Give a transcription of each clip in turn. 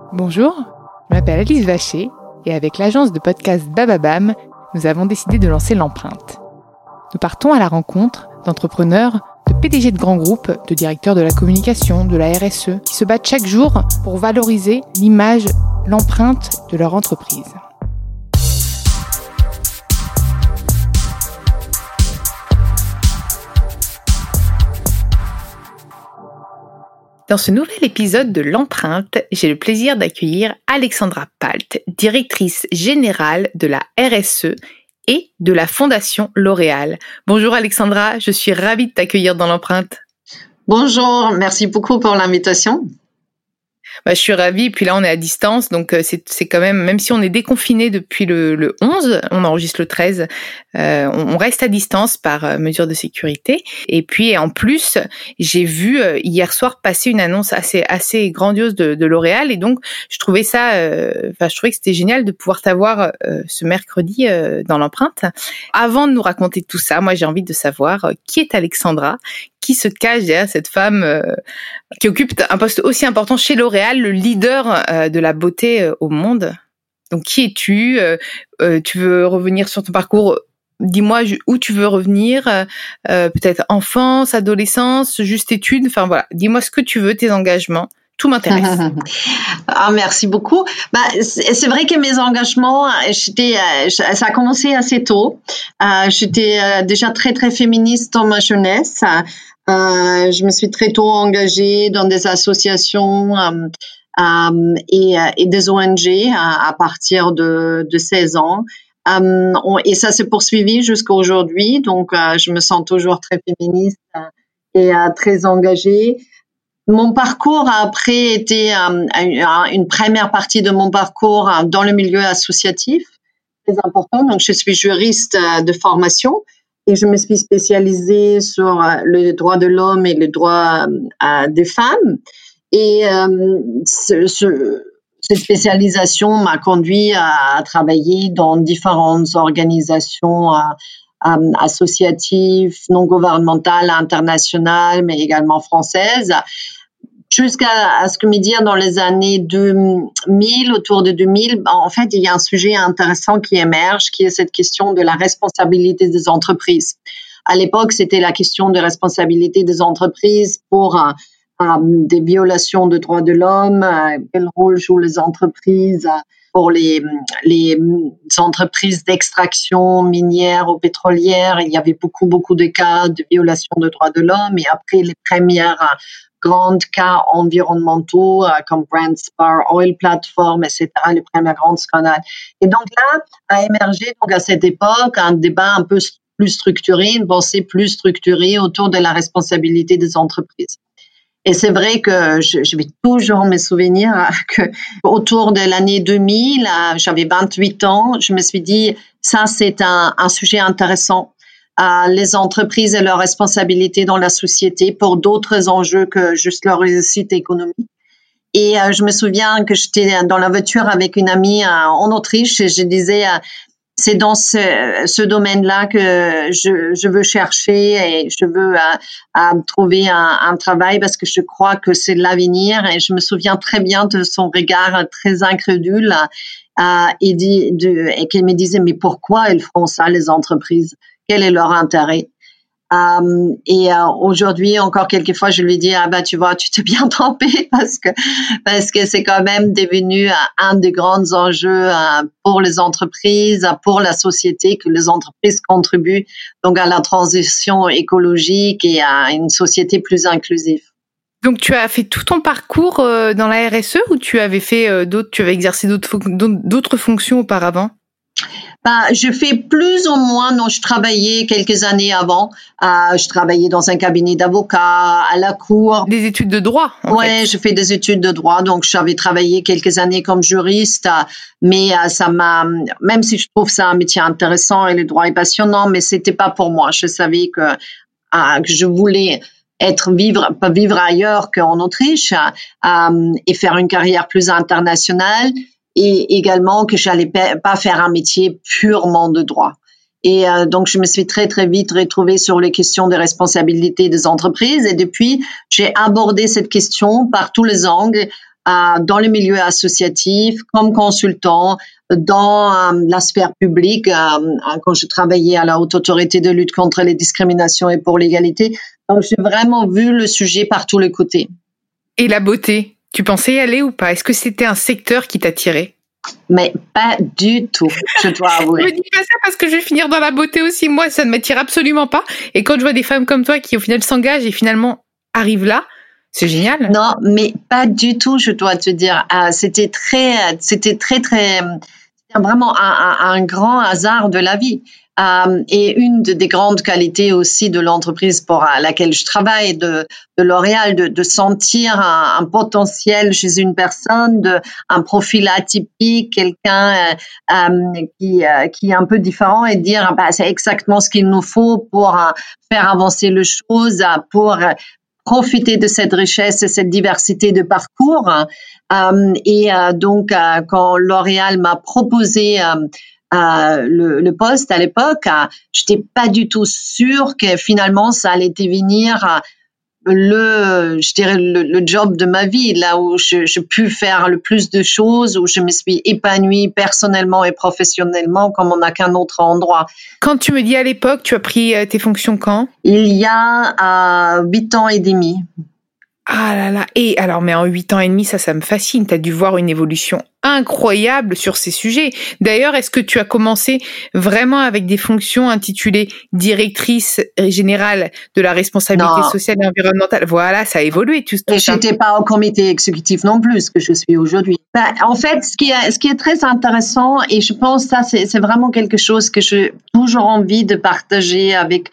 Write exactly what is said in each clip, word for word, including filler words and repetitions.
Bonjour, je m'appelle Alice Vacher et avec l'agence de podcast Bababam, nous avons décidé de lancer l'empreinte. Nous partons à la rencontre d'entrepreneurs, de P D G de grands groupes, de directeurs de la communication, de la R S E, qui se battent chaque jour pour valoriser l'image, l'empreinte de leur entreprise. Dans ce nouvel épisode de l'empreinte, j'ai le plaisir d'accueillir Alexandra Palt, directrice générale de la R S E et de la Fondation L'Oréal. Bonjour Alexandra, je suis ravie de t'accueillir dans l'empreinte. Bonjour, merci beaucoup pour l'invitation. Bah, je suis ravie, puis là on est à distance, donc c'est, c'est quand même, même si on est déconfiné depuis le, le onze, on enregistre le treize, euh, on, on reste à distance par euh, mesure de sécurité. Et puis en plus, j'ai vu euh, hier soir passer une annonce assez assez grandiose de, de L'Oréal, et donc je trouvais ça, euh, enfin je trouvais que c'était génial de pouvoir t'avoir euh, ce mercredi euh, dans l'empreinte. Avant de nous raconter tout ça, moi j'ai envie de savoir euh, qui est Alexandra, qui se cache derrière cette femme euh, qui occupe un poste aussi important chez L'Oréal, le leader euh, de la beauté euh, au monde. Donc, qui es-tu euh, euh, Tu veux revenir sur ton parcours? Dis-moi où tu veux revenir, euh, peut-être enfance, adolescence, juste études, enfin voilà, dis-moi ce que tu veux, tes engagements. Tout m'intéresse. Ah, merci beaucoup. Bah, c'est, c'est vrai que mes engagements, j'étais, ça a commencé assez tôt. Euh, j'étais déjà très, très féministe dans ma jeunesse. Euh, je me suis très tôt engagée dans des associations euh, euh, et, et des O N G à, à partir de, de seize ans. Euh, on, et ça s'est poursuivi jusqu'à aujourd'hui. Donc, euh, je me sens toujours très féministe et euh, très engagée. Mon parcours a après été euh, une première partie de mon parcours dans le milieu associatif, très important. Donc, je suis juriste de formation et je me suis spécialisée sur le droit de l'homme et le droit euh, des femmes. Et euh, ce, ce, cette spécialisation m'a conduit à, à travailler dans différentes organisations euh, euh, associatives, non gouvernementales, internationales, mais également françaises. Jusqu'à à ce que me dire dans les années deux mille, autour de deux mille, en fait, il y a un sujet intéressant qui émerge, qui est cette question de la responsabilité des entreprises. À l'époque, c'était la question de responsabilité des entreprises pour euh, euh, des violations de droits de l'homme, euh, quel rôle jouent les entreprises euh, pour les, les entreprises d'extraction minière ou pétrolière. Il y avait beaucoup, beaucoup de cas de violation de droits de l'homme, et après les premières euh, grands cas environnementaux euh, comme Brand Spar, Oil Platform, et cetera, les premiers grands scandales. Et donc là, a émergé donc à cette époque un débat un peu plus structuré, une pensée plus structurée autour de la responsabilité des entreprises. Et c'est vrai que je, je vais toujours me souvenir que autour de l'année deux mille, j'avais vingt-huit ans, je me suis dit, ça c'est un, un sujet intéressant. Euh, les entreprises et leurs responsabilités dans la société pour d'autres enjeux que juste leur réussite économique. Et euh, je me souviens que j'étais dans la voiture avec une amie euh, en Autriche et je disais, euh, c'est dans ce, ce domaine-là que je, je veux chercher et je veux euh, euh, trouver un, un travail parce que je crois que c'est l'avenir. Et je me souviens très bien de son regard très incrédule euh, et, dit, de, et qu'elle me disait, mais pourquoi elles font ça, les entreprises? Quel est leur intérêt? Euh, et euh, aujourd'hui, encore quelques fois, je lui dis, ah bah tu vois, tu t'es bien trompé parce que parce que c'est quand même devenu euh, un des grands enjeux euh, pour les entreprises, pour la société, que les entreprises contribuent donc à la transition écologique et à une société plus inclusive. Donc tu as fait tout ton parcours euh, dans la R S E ou tu avais fait euh, d'autres, tu avais exercé d'autres d'autres fonctions auparavant? Bah, je fais plus ou moins, non, je travaillais quelques années avant, euh, je travaillais dans un cabinet d'avocats, à la cour. Des études de droit, en ouais, fait. Je fais des études de droit, donc j'avais travaillé quelques années comme juriste, euh, mais euh, ça m'a, même si je trouve ça un métier intéressant et le droit est passionnant, mais c'était pas pour moi. Je savais que, euh, que je voulais être vivre, pas vivre ailleurs qu'en Autriche, euh, et faire une carrière plus internationale. Et également que j'allais pas faire un métier purement de droit. Et euh, donc, je me suis très, très vite retrouvée sur les questions de responsabilité des entreprises. Et depuis, j'ai abordé cette question par tous les angles, euh, dans le milieu associatif, comme consultant, dans euh, la sphère publique, euh, quand je travaillais à la Haute Autorité de lutte contre les discriminations et pour l'égalité. Donc, j'ai vraiment vu le sujet par tous les côtés. Et la beauté, tu pensais y aller ou pas? Est-ce que c'était un secteur qui t'attirait? Mais pas du tout, je dois avouer. Je me dis pas ça parce que je vais finir dans la beauté aussi. Moi, ça ne m'attire absolument pas. Et quand je vois des femmes comme toi qui, au final, s'engagent et finalement arrivent là, c'est génial. Non, mais pas du tout, je dois te dire. Euh, c'était très, c'était très, très, vraiment un, un, un grand hasard de la vie. Euh, et une de, des grandes qualités aussi de l'entreprise pour laquelle je travaille, de, de L'Oréal, de, de sentir un, un potentiel chez une personne, de, un profil atypique, quelqu'un euh, euh, qui, euh, qui est un peu différent et dire bah, c'est exactement ce qu'il nous faut pour euh, faire avancer les choses, pour euh, profiter de cette richesse et cette diversité de parcours. Euh, et euh, donc, euh, quand L'Oréal m'a proposé euh, Euh, le, le poste à l'époque, euh, j'étais pas du tout sûre que finalement ça allait devenir euh, le, je dirais le, le job de ma vie, là où je, je pu faire le plus de choses, où je me suis épanouie personnellement et professionnellement comme on n'a qu'un autre endroit. Quand tu me dis à l'époque, tu as pris tes fonctions quand? Il y a huit euh, ans et demi. Ah là là. Et alors, mais en huit ans et demi, ça, ça me fascine. Tu as dû voir une évolution incroyable sur ces sujets. D'ailleurs, est-ce que tu as commencé vraiment avec des fonctions intitulées directrice générale de la responsabilité non. sociale et environnementale? Voilà, ça a évolué tout, tout et ça. Et j'étais pas au comité exécutif non plus, ce que je suis aujourd'hui. Ben, en fait, ce qui est, ce qui est très intéressant, et je pense que ça, c'est, c'est vraiment quelque chose que j'ai toujours envie de partager avec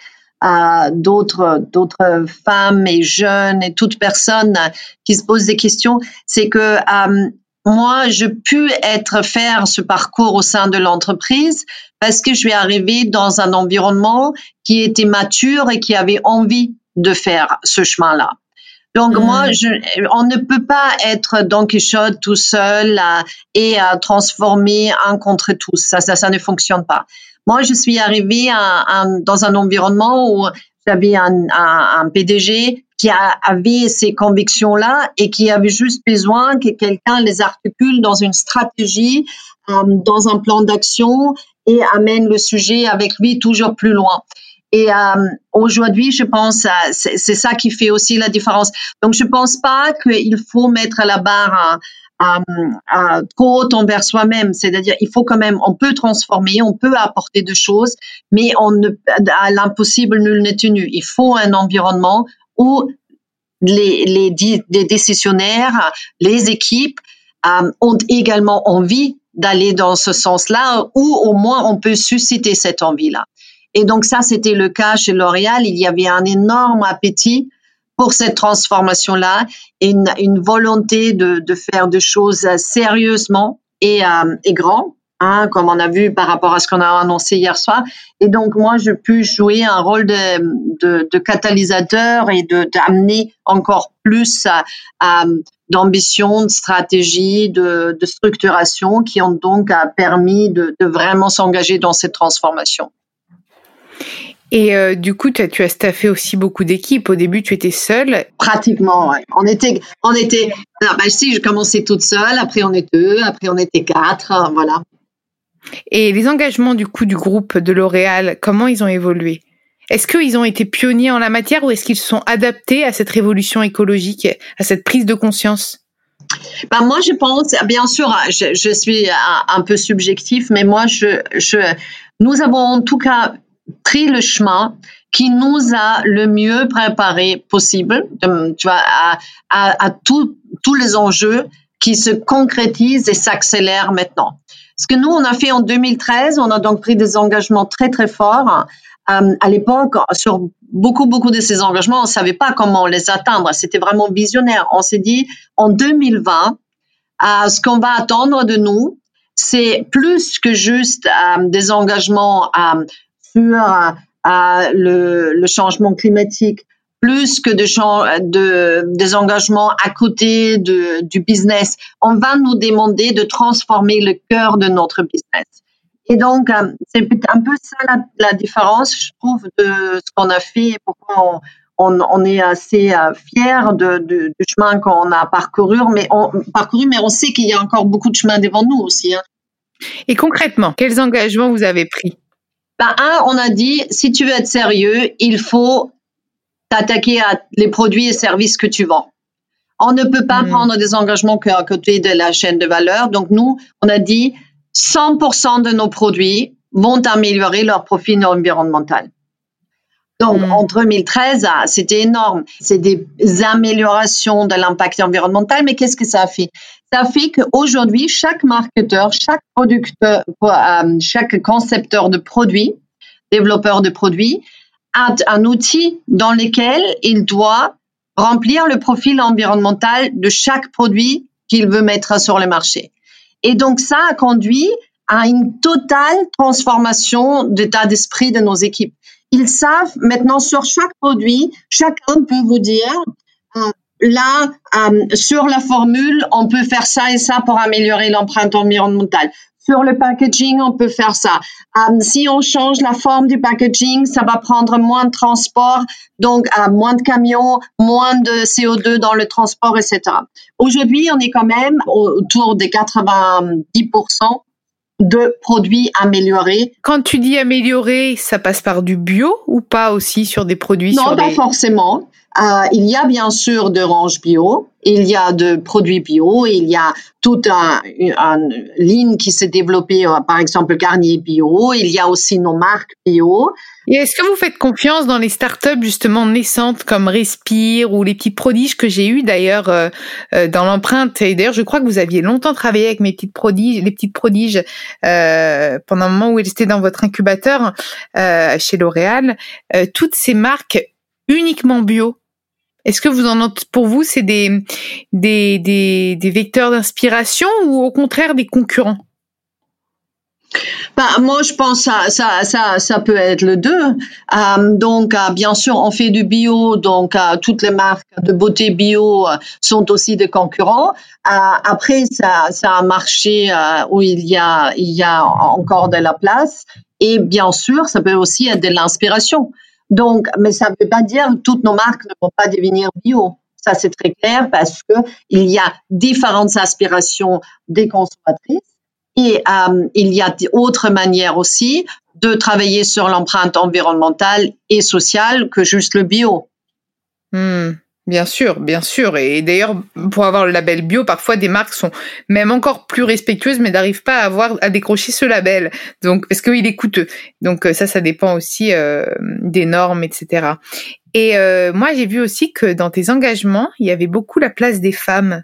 à d'autres d'autres femmes et jeunes et toute personne qui se posent des questions, c'est que euh, moi, je pu être faire ce parcours au sein de l'entreprise parce que je suis arrivée dans un environnement qui était mature et qui avait envie de faire ce chemin-là. Donc mmh. moi, je, on ne peut pas être Don Quichotte tout seul euh, et euh, transformer un contre tous. Ça, ça, ça ne fonctionne pas. Moi, je suis arrivée à, à, dans un environnement où j'avais un, un, un P D G qui a, avait ces convictions-là et qui avait juste besoin que quelqu'un les articule dans une stratégie, euh, dans un plan d'action et amène le sujet avec lui toujours plus loin. Et euh, aujourd'hui, je pense, euh, c'est, c'est ça qui fait aussi la différence. Donc, je pense pas qu'il faut mettre la barre euh, euh, trop haute envers soi-même. C'est-à-dire, il faut quand même, on peut transformer, on peut apporter des choses, mais on ne, à l'impossible, nul n'est tenu. Il faut un environnement où les, les, les décisionnaires, les équipes euh, ont également envie d'aller dans ce sens-là, ou au moins on peut susciter cette envie-là. Et donc ça, c'était le cas chez L'Oréal. Il y avait un énorme appétit pour cette transformation-là et une, une volonté de, de faire des choses sérieusement et, euh, et grand, hein, comme on a vu par rapport à ce qu'on a annoncé hier soir. Et donc moi, je peux jouer un rôle de, de, de catalyseur et de, d'amener encore plus à, à, d'ambition, de stratégie, de, de structuration qui ont donc permis de, de vraiment s'engager dans cette transformation. Et euh, du coup, tu as staffé aussi beaucoup d'équipes. Au début, tu étais seule. Pratiquement, ouais. On était, on était. Non, ben si, j'ai commencé toute seule. Après, on était deux. Après, on était quatre. Voilà. Et les engagements du coup du groupe de L'Oréal, comment ils ont évolué? Est-ce qu'ils ont été pionniers en la matière ou est-ce qu'ils se sont adaptés à cette révolution écologique, à cette prise de conscience? Ben moi, je pense, bien sûr, je, je suis un, un peu subjectif, mais moi, je, je, nous avons en tout cas pris le chemin qui nous a le mieux préparé possible, tu vois, à, à, à tous tous les enjeux qui se concrétisent et s'accélèrent maintenant. Ce que nous, on a fait en deux mille treize, on a donc pris des engagements très, très forts. Euh, à l'époque, sur beaucoup, beaucoup de ces engagements, on ne savait pas comment les atteindre. C'était vraiment visionnaire. On s'est dit, en deux mille vingt, euh, ce qu'on va attendre de nous, c'est plus que juste euh, des engagements euh, sur euh, le, le changement climatique, plus que de, de, des engagements à côté de, du business. On va nous demander de transformer le cœur de notre business. Et donc, euh, c'est un peu ça la, la différence, je trouve, de ce qu'on a fait et pourquoi on, on est assez euh, fiers de, de, du chemin qu'on a parcouru, mais on, parcouru, mais on sait qu'il y a encore beaucoup de chemin devant nous aussi. Hein. Et concrètement, quels engagements vous avez pris? Ben, un, on a dit, si tu veux être sérieux, il faut t'attaquer à les produits et services que tu vends. On ne peut pas mmh. prendre des engagements qu'à côté de la chaîne de valeur. Donc, nous, on a dit cent pour cent de nos produits vont améliorer leur profil environnemental. Donc, mmh. en deux mille treize, c'était énorme. C'est des améliorations de l'impact environnemental, mais qu'est-ce que ça a fait? Ça fait qu'aujourd'hui, chaque marketeur, chaque producteur, euh, chaque concepteur de produits, développeur de produits, a un outil dans lequel il doit remplir le profil environnemental de chaque produit qu'il veut mettre sur le marché. Et donc, ça a conduit à une totale transformation d'état d'esprit de nos équipes. Ils savent maintenant sur chaque produit, chacun peut vous dire, euh, là, euh, sur la formule, on peut faire ça et ça pour améliorer l'empreinte environnementale. Sur le packaging, on peut faire ça. Euh, si on change la forme du packaging, ça va prendre moins de transport, donc euh, moins de camions, moins de C O deux dans le transport, et cetera. Aujourd'hui, on est quand même autour des quatre-vingt-dix pour cent de produits améliorés. Quand tu dis améliorer, ça passe par du bio ou pas aussi sur des produits? Non, sur pas des... forcément. Euh, il y a bien sûr de range bio, il y a de produits bio, il y a toute un, une ligne qui s'est développée, euh, par exemple Garnier Bio, il y a aussi nos marques bio. Et est-ce que vous faites confiance dans les startups justement naissantes comme Respire ou les petits prodiges que j'ai eus d'ailleurs euh, euh, dans l'empreinte? Et d'ailleurs, je crois que vous aviez longtemps travaillé avec mes petites prodiges, les petites prodiges euh, pendant un moment où elles étaient dans votre incubateur euh, chez L'Oréal. Euh, toutes ces marques uniquement bio. Est-ce que vous en avez, pour vous, c'est des, des, des, des vecteurs d'inspiration ou au contraire des concurrents? Ben, moi, je pense que ça, ça, ça, ça peut être le deux. Euh, donc, euh, bien sûr, on fait du bio, donc euh, toutes les marques de beauté bio euh, sont aussi des concurrents. Euh, après, ça, ça a un marché euh, où il y a, il y a encore de la place. Et bien sûr, ça peut aussi être de l'inspiration. Donc, mais ça ne veut pas dire que toutes nos marques ne vont pas devenir bio. Ça, c'est très clair parce que il y a différentes aspirations des consommatrices et euh, il y a d'autres manières aussi de travailler sur l'empreinte environnementale et sociale que juste le bio. Mmh. Bien sûr, bien sûr. Et d'ailleurs, pour avoir le label bio, parfois des marques sont même encore plus respectueuses, mais n'arrivent pas à avoir à décrocher ce label. Donc, parce qu'il est coûteux. Donc ça, ça dépend aussi euh, des normes, et cetera. Et euh, moi, j'ai vu aussi que dans tes engagements, il y avait beaucoup la place des femmes.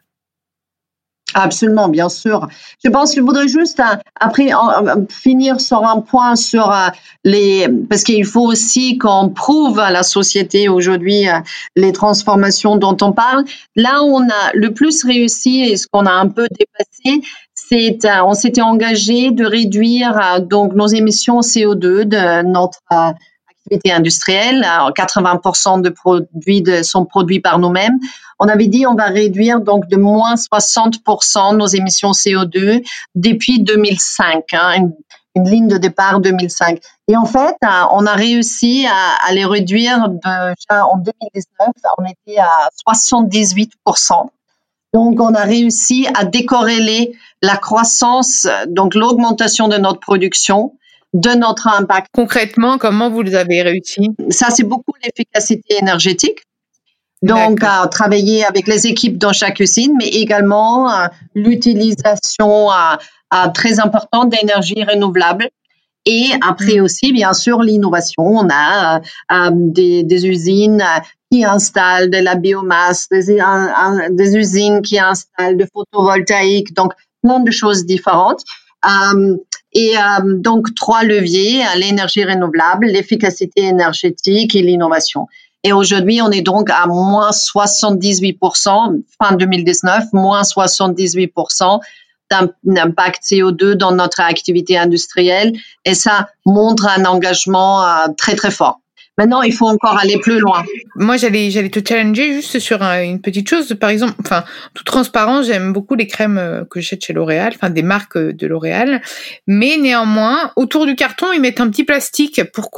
Absolument, bien sûr. Je pense que je voudrais juste euh, après euh, finir sur un point sur euh, les parce qu'il faut aussi qu'on prouve à la société aujourd'hui euh, les transformations dont on parle. Là où on a le plus réussi et ce qu'on a un peu dépassé, c'est euh, on s'était engagé de réduire euh, donc nos émissions C O deux de notre euh, activité industrielle. quatre-vingts pour cent de produits de, sont produits par nous-mêmes. On avait dit on va réduire donc de moins soixante pour cent nos émissions C O deux depuis deux mille cinq, hein, une, une ligne de départ deux mille cinq. Et en fait, on a réussi à, à les réduire de, en deux mille dix-neuf, on était à soixante-dix-huit pour cent. Donc, on a réussi à décorréler la croissance, donc l'augmentation de notre production, de notre impact. Concrètement, comment vous les avez réussi? Ça, c'est beaucoup l'efficacité énergétique. Donc, à travailler avec les équipes dans chaque usine, mais également euh, l'utilisation euh, euh, très importante d'énergie renouvelable. Et après mmh. aussi, bien sûr, l'innovation. On a euh, des, des usines qui installent de la biomasse, des, un, des usines qui installent de photovoltaïque, donc plein de choses différentes. Euh, et euh, donc, trois leviers, l'énergie renouvelable, l'efficacité énergétique et l'innovation. Et aujourd'hui, on est donc à moins soixante-dix-huit pour cent, fin deux mille dix-neuf, moins soixante-dix-huit pour cent d'impact C O deux dans notre activité industrielle. Et ça montre un engagement euh, très, très fort. Maintenant, il faut encore aller plus loin. Moi, j'allais, j'allais te challenger juste sur un, une petite chose. Par exemple, enfin, toute transparence, j'aime beaucoup les crèmes que j'achète chez L'Oréal, enfin, des marques de L'Oréal. Mais néanmoins, autour du carton, ils mettent un petit plastique. Pourquoi ?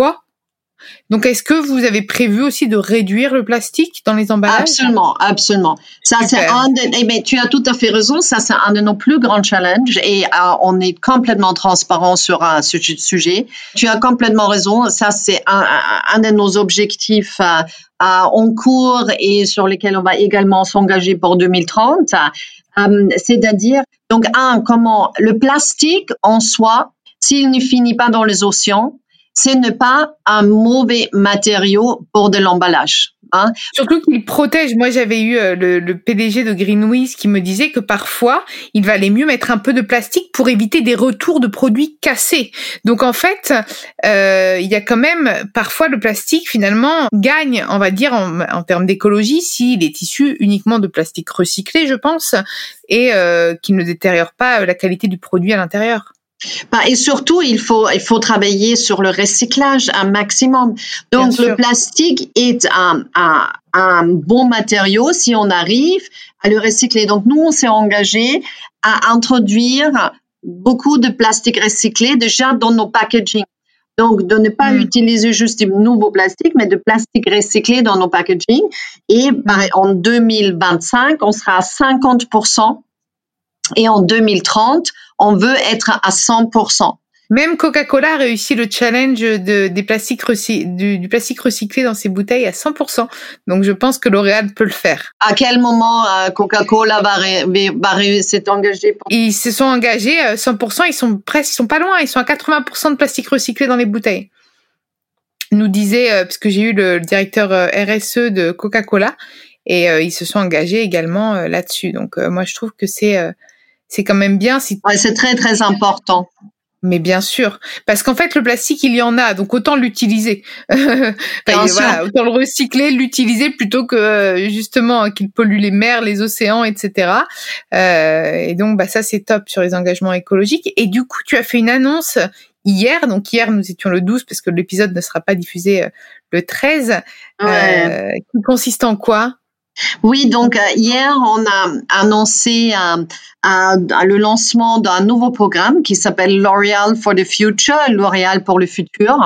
Donc, est-ce que vous avez prévu aussi de réduire le plastique dans les emballages? Absolument, absolument. Ça, Super. c'est un de, eh bien, tu as tout à fait raison. Ça, c'est un de nos plus grands challenges et euh, on est complètement transparent sur euh, ce sujet. Tu as complètement raison. Ça, c'est un, un de nos objectifs euh, euh, en cours et sur lesquels on va également s'engager pour deux mille trente. Euh, c'est-à-dire, donc, un, comment le plastique en soi, s'il ne finit pas dans les océans, ce n'est pas un mauvais matériau pour de l'emballage. Hein. Surtout qu'il protège. Moi, j'avais eu le, le P D G de Greenwiz qui me disait que parfois, il valait mieux mettre un peu de plastique pour éviter des retours de produits cassés. Donc, en fait, euh, il y a quand même, parfois, le plastique, finalement, gagne, on va dire, en, en termes d'écologie, s'il est issu uniquement de plastique recyclé, je pense, et euh, qu'il ne détériore pas la qualité du produit à l'intérieur. Et surtout, il faut, il faut travailler sur le recyclage un maximum. Donc, le plastique est un, un, un bon matériau si on arrive à le recycler. Donc, nous, on s'est engagé à introduire beaucoup de plastique recyclé déjà dans nos packaging. Donc, de ne pas mmh. utiliser juste du nouveau plastique, mais de plastique recyclé dans nos packaging. Et bah, en deux mille vingt-cinq, on sera à cinquante pour cent. Et en deux mille trente, on veut être à cent pour cent. Même Coca-Cola a réussi le challenge de, des plastiques recy- du, du plastique recyclé dans ses bouteilles à cent pour cent. Donc, je pense que L'Oréal peut le faire. À quel moment euh, Coca-Cola va, ré- va ré- s'est engagé pour... Ils se sont engagés à cent pour cent. Ils sont presque, ils sont pas loin. Ils sont à quatre-vingts pour cent de plastique recyclé dans les bouteilles. Nous disait, euh, parce que j'ai eu le, le directeur euh, R S E de Coca-Cola et euh, ils se sont engagés également euh, là-dessus. Donc, euh, moi, je trouve que c'est euh, c'est quand même bien. Si... Ouais, c'est très, très important. Mais bien sûr, parce qu'en fait, le plastique, il y en a, donc autant l'utiliser. enfin, voilà, autant le recycler, l'utiliser, plutôt que justement qu'il pollue les mers, les océans, et cetera. Euh, et donc, bah ça, c'est top sur les engagements écologiques. Et du coup, tu as fait une annonce hier. Donc hier, nous étions le douze, parce que l'épisode ne sera pas diffusé le treize. Ouais. Euh, qui consiste en quoi ? Oui, donc euh, hier, on a annoncé euh, euh, le lancement d'un nouveau programme qui s'appelle L'Oréal for the Future, L'Oréal pour le futur.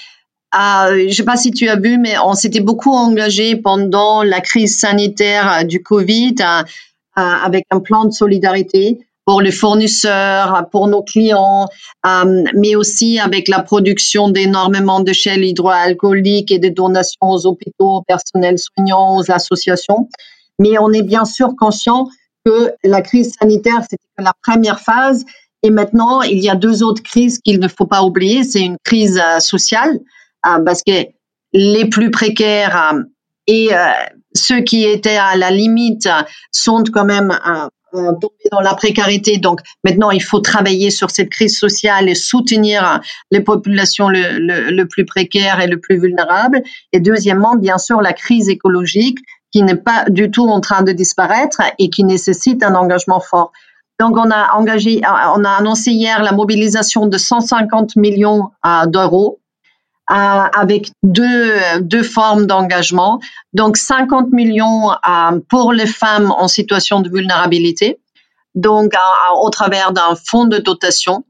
Euh, je ne sais pas si tu as vu, mais on s'était beaucoup engagé pendant la crise sanitaire du Covid euh, euh, avec un plan de solidarité pour les fournisseurs, pour nos clients, euh, mais aussi avec la production d'énormément de gel hydroalcoolique et de donations aux hôpitaux, au personnel soignant, aux associations. Mais on est bien sûr conscient que la crise sanitaire, c'était que la première phase. Et maintenant, il y a deux autres crises qu'il ne faut pas oublier. C'est une crise euh, sociale, euh, parce que les plus précaires euh, et euh, ceux qui étaient à la limite euh, sont quand même... Euh, tombé dans la précarité. Donc, maintenant, il faut travailler sur cette crise sociale et soutenir les populations le, le, le plus précaires et le plus vulnérables. Et deuxièmement, bien sûr, la crise écologique qui n'est pas du tout en train de disparaître et qui nécessite un engagement fort. Donc, on a engagé, on a annoncé hier la mobilisation de cent cinquante millions d'euros Euh, avec deux, deux formes d'engagement. Donc, cinquante millions euh, pour les femmes en situation de vulnérabilité, donc euh, au travers d'un fonds de dotation,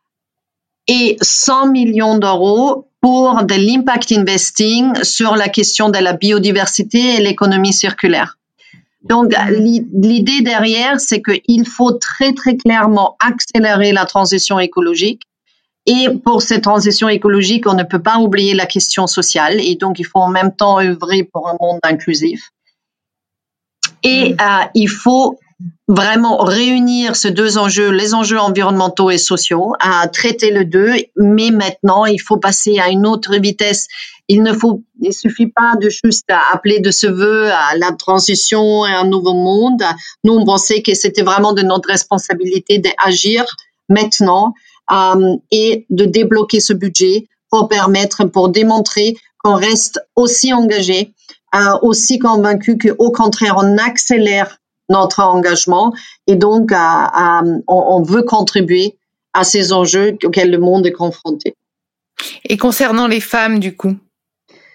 et cent millions d'euros pour de l'impact investing sur la question de la biodiversité et l'économie circulaire. Donc, l'idée derrière, c'est qu'il faut très, très clairement accélérer la transition écologique. Et pour cette transition écologique, on ne peut pas oublier la question sociale. Et donc, il faut en même temps œuvrer pour un monde inclusif. Et mmh. euh, il faut vraiment réunir ces deux enjeux, les enjeux environnementaux et sociaux, à traiter les deux. Mais maintenant, il faut passer à une autre vitesse. Il ne faut, il suffit pas de juste appeler de ce vœu à la transition et un nouveau monde. Nous, on pensait que c'était vraiment de notre responsabilité d'agir maintenant. Um, et de débloquer ce budget pour permettre, pour démontrer qu'on reste aussi engagé, euh, aussi convaincu qu'au contraire, on accélère notre engagement et donc euh, euh, on, on veut contribuer à ces enjeux auxquels le monde est confronté. Et concernant les femmes, du coup ?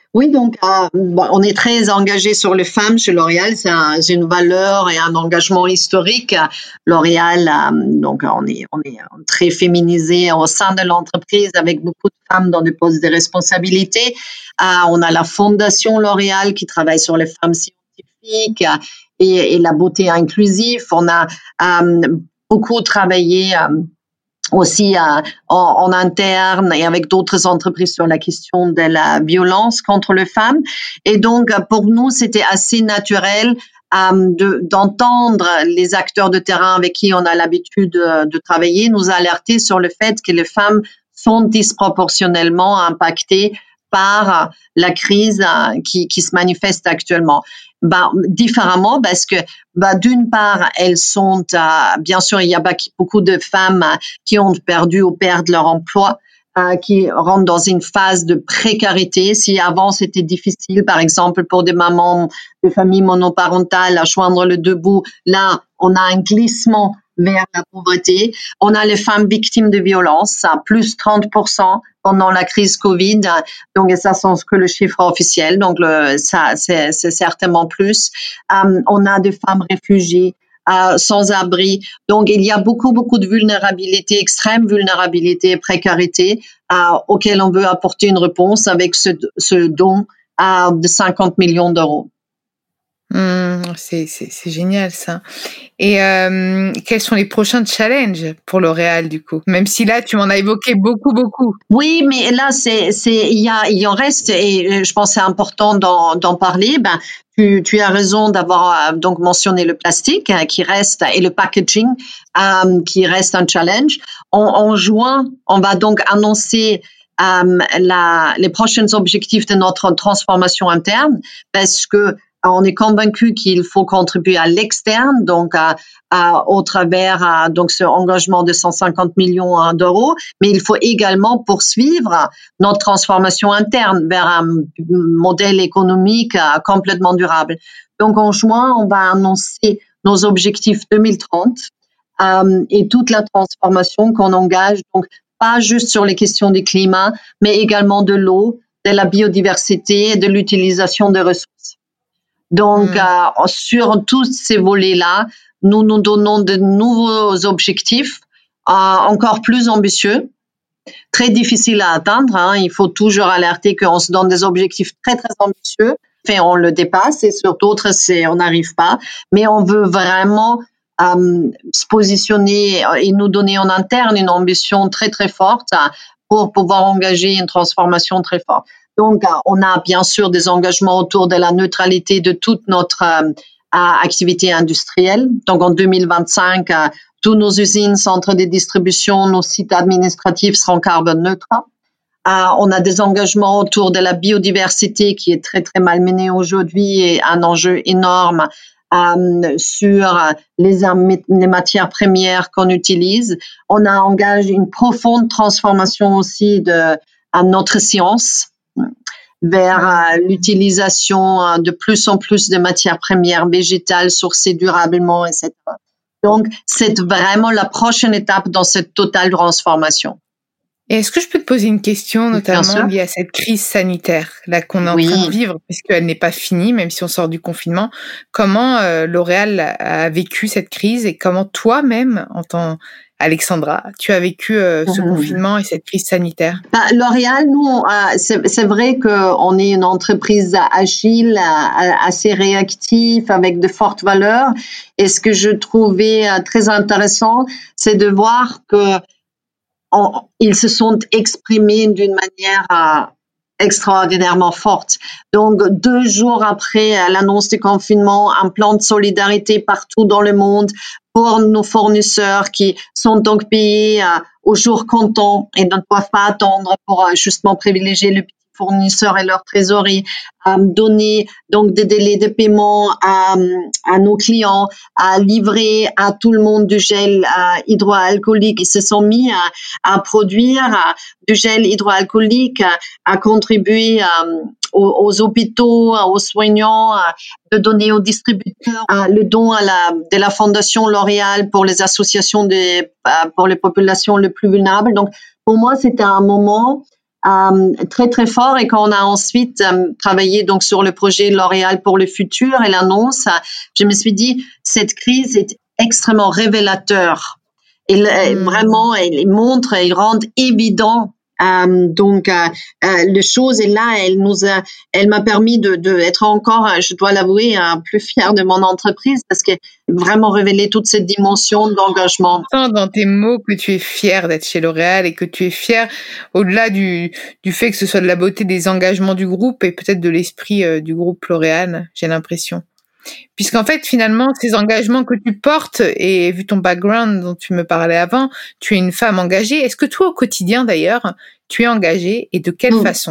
Oui, donc euh, bon, on est très engagé sur les femmes chez L'Oréal. C'est, un, c'est une valeur et un engagement historique. L'Oréal, euh, donc on est, on est très féminisé au sein de l'entreprise avec beaucoup de femmes dans des postes de responsabilité. Euh, on a la fondation L'Oréal qui travaille sur les femmes scientifiques euh, et, et la beauté inclusive. On a euh, beaucoup travaillé euh, aussi euh, en, en interne et avec d'autres entreprises sur la question de la violence contre les femmes. Et donc, pour nous, c'était assez naturel euh, de, d'entendre les acteurs de terrain avec qui on a l'habitude de, de travailler nous alerter sur le fait que les femmes sont disproportionnellement impactées par la crise euh, qui, qui se manifeste actuellement. Ben, différemment parce que ben, d'une part, elles sont, euh, bien sûr, il y a beaucoup de femmes euh, qui ont perdu ou perdent leur emploi, euh, qui rentrent dans une phase de précarité. Si avant c'était difficile, par exemple, pour des mamans de familles monoparentales à joindre le deux bouts, là, on a un glissement vers la pauvreté. On a les femmes victimes de violences, plus trente pour cent pendant la crise Covid. Donc, ça, c'est que le chiffre officiel. Donc, le, ça, c'est, c'est certainement plus. Um, on a des femmes réfugiées, euh, sans abri. Donc, il y a beaucoup, beaucoup de vulnérabilité, extrême vulnérabilité et précarité, euh, auquel on veut apporter une réponse avec ce, ce don euh, de cinquante millions d'euros. Mmh, c'est, c'est, c'est génial ça. Et euh, quels sont les prochains challenges pour L'Oréal du coup? Même si là tu m'en as évoqué beaucoup beaucoup. Oui, mais là c'est c'est il y a il en reste et je pense que c'est important d'en d'en parler. Ben tu tu as raison d'avoir donc mentionné le plastique qui reste et le packaging euh, qui reste un challenge. En, en juin, on va donc annoncer euh, la les prochains objectifs de notre transformation interne parce que on est convaincu qu'il faut contribuer à l'externe, donc à, à, au travers à, donc ce engagement de cent cinquante millions d'euros, mais il faut également poursuivre notre transformation interne vers un modèle économique uh, complètement durable. Donc en juin, on va annoncer nos objectifs deux mille trente um, et toute la transformation qu'on engage, donc pas juste sur les questions du climat, mais également de l'eau, de la biodiversité et de l'utilisation des ressources. Donc, mmh. euh, sur tous ces volets-là, nous nous donnons de nouveaux objectifs euh, encore plus ambitieux, très difficiles à atteindre. Hein. Il faut toujours alerter qu'on se donne des objectifs très, très ambitieux. Enfin, on le dépasse et sur d'autres, c'est, on n'arrive pas. Mais on veut vraiment euh, se positionner et nous donner en interne une ambition très, très forte pour pouvoir engager une transformation très forte. Donc, on a bien sûr des engagements autour de la neutralité de toute notre euh, activité industrielle. Donc, en deux mille vingt-cinq, euh, tous nos usines, centres de distribution, nos sites administratifs seront carbone neutres. Euh, on a des engagements autour de la biodiversité qui est très, très malmenée aujourd'hui et un enjeu énorme euh, sur les, les matières premières qu'on utilise. On a engagé une profonde transformation aussi de à notre science vers euh, l'utilisation euh, de plus en plus de matières premières végétales sourcées durablement, et cetera. Donc, c'est vraiment la prochaine étape dans cette totale transformation. Et est-ce que je peux te poser une question, notamment liée à cette crise sanitaire là qu'on est en oui. train de vivre, puisqu'elle n'est pas finie, même si on sort du confinement. Comment euh, L'Oréal a vécu cette crise et comment toi-même, en tant Alexandra, tu as vécu euh, ce mmh. confinement et cette crise sanitaire? Bah, L'Oréal, nous, euh, c'est, c'est vrai qu'on est une entreprise agile, euh, assez réactive, avec de fortes valeurs. Et ce que je trouvais euh, très intéressant, c'est de voir que on, ils se sont exprimés d'une manière euh, extraordinairement forte. Donc, deux jours après l'annonce du confinement, un plan de solidarité partout dans le monde pour nos fournisseurs qui sont donc payés euh, au jour comptant et ne doivent pas attendre pour euh, justement privilégier le fournisseurs et leur trésorerie, euh, donner donc des délais de paiement à, à nos clients, à livrer à tout le monde du gel euh, hydroalcoolique. Ils se sont mis à, à produire euh, du gel hydroalcoolique, à, à contribuer euh, aux, aux hôpitaux, aux soignants, euh, de donner aux distributeurs euh, le don à la, de la Fondation L'Oréal pour les associations des, euh, pour les populations les plus vulnérables. Donc, pour moi, c'était un moment euh, très très fort. Et quand on a ensuite euh, travaillé donc sur le projet L'Oréal pour le futur et l'annonce, je me suis dit cette crise est extrêmement révélateur. Et mmh. vraiment, elle montre, elle rend évident. Euh, donc, euh, euh, les choses est là. Elle nous a, elle m'a permis de, de être encore, je dois l'avouer, euh, plus fière de mon entreprise parce que vraiment révélé toute cette dimension d'engagement. Dans tes mots que tu es fière d'être chez L'Oréal et que tu es fière au-delà du du fait que ce soit de la beauté des engagements du groupe et peut-être de l'esprit euh, du groupe L'Oréal, j'ai l'impression. Puisqu'en fait, finalement, ces engagements que tu portes, et vu ton background dont tu me parlais avant, tu es une femme engagée. Est-ce que toi, au quotidien d'ailleurs, tu es engagée et de quelle mmh. façon ?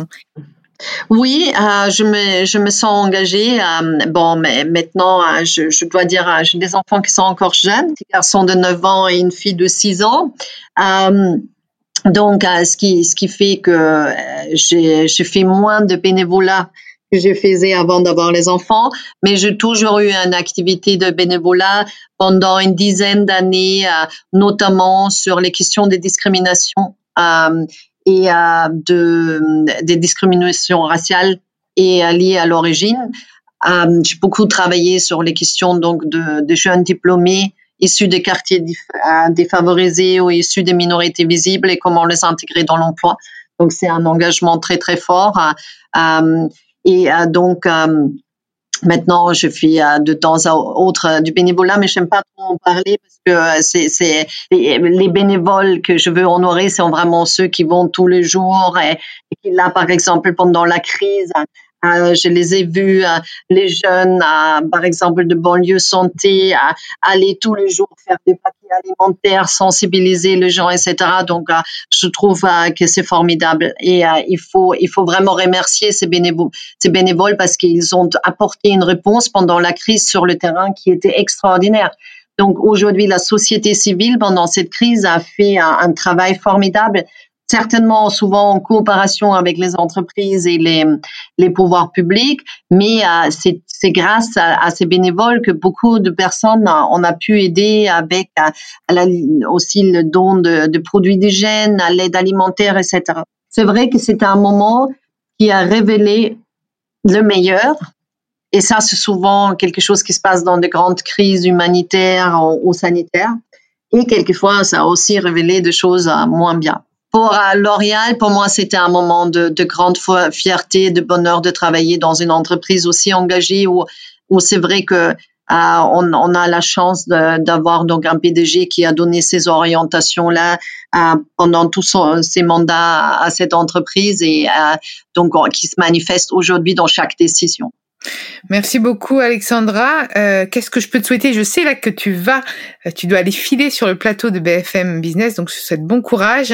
Oui, euh, je me je me sens engagée. Euh, bon, mais maintenant, euh, je, je dois dire, euh, j'ai des enfants qui sont encore jeunes, des garçons de neuf ans et une fille de six ans. Euh, donc, euh, ce qui ce qui fait que euh, j'ai je fais moins de bénévolat que je faisais avant d'avoir les enfants, mais j'ai toujours eu une activité de bénévolat pendant une dizaine d'années, euh, notamment sur les questions des discriminations euh, et euh, de des discriminations raciales et euh, liées à l'origine. Euh, j'ai beaucoup travaillé sur les questions donc de, de jeunes diplômés issus des quartiers dif- défavorisés ou issus des minorités visibles et comment les intégrer dans l'emploi. Donc c'est un engagement très très fort. Euh, Et euh, donc, euh, maintenant, je fais euh, de temps à autre euh, du bénévolat, mais j'aime pas trop en parler parce que euh, c'est, c'est les, les bénévoles que je veux honorer sont vraiment ceux qui vont tous les jours et, et qui, là, par exemple, pendant la crise, euh, je les ai vus, euh, les jeunes, euh, par exemple, de banlieue santé, euh, aller tous les jours faire des paquets alimentaires, sensibiliser les gens, et cetera. Donc, euh, je trouve euh, que c'est formidable. Et euh, il faut, il faut vraiment remercier ces bénévoles, ces bénévoles parce qu'ils ont apporté une réponse pendant la crise sur le terrain qui était extraordinaire. Donc, aujourd'hui, la société civile, pendant cette crise, a fait un, un travail formidable. Certainement souvent en coopération avec les entreprises et les, les pouvoirs publics, mais euh, c'est, c'est grâce à, à ces bénévoles que beaucoup de personnes, euh, on a pu aider avec euh, la, aussi le don de, de produits d'hygiène, à l'aide alimentaire, et cetera. C'est vrai que c'était un moment qui a révélé le meilleur, et ça c'est souvent quelque chose qui se passe dans de grandes crises humanitaires ou, ou sanitaires, et quelquefois ça a aussi révélé des choses euh, moins bien. Pour euh, L'Oréal, pour moi, c'était un moment de, de grande fierté, de bonheur de travailler dans une entreprise aussi engagée où, où c'est vrai que euh, on, on a la chance de, d'avoir donc un P D G qui a donné ces orientations-là euh, pendant tous son, ses mandats à cette entreprise et euh, donc qui se manifeste aujourd'hui dans chaque décision. Merci beaucoup Alexandra. Euh, qu'est-ce que je peux te souhaiter ? Je sais là que tu vas, tu dois aller filer sur le plateau de B F M Business, donc je te souhaite bon courage.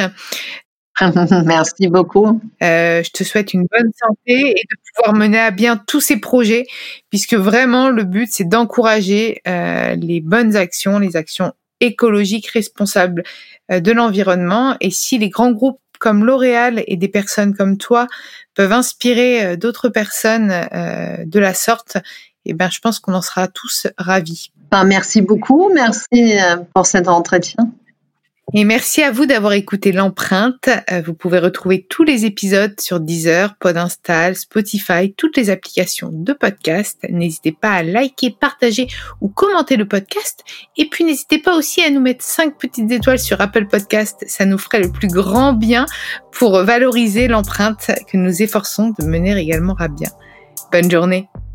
Merci beaucoup. Euh, je te souhaite une bonne santé et de pouvoir mener à bien tous ces projets, puisque vraiment le but c'est d'encourager euh, les bonnes actions, les actions écologiques responsables euh, de l'environnement. Et si les grands groupes comme L'Oréal et des personnes comme toi peuvent inspirer d'autres personnes euh, de la sorte, eh ben, je pense qu'on en sera tous ravis. Ben, merci beaucoup, merci pour cet entretien. Et merci à vous d'avoir écouté l'empreinte. Vous pouvez retrouver tous les épisodes sur Deezer, Podinstall, Spotify, toutes les applications de podcast. N'hésitez pas à liker, partager ou commenter le podcast. Et puis n'hésitez pas aussi à nous mettre cinq petites étoiles sur Apple Podcast. Ça nous ferait le plus grand bien pour valoriser l'empreinte que nous efforçons de mener également à bien. Bonne journée.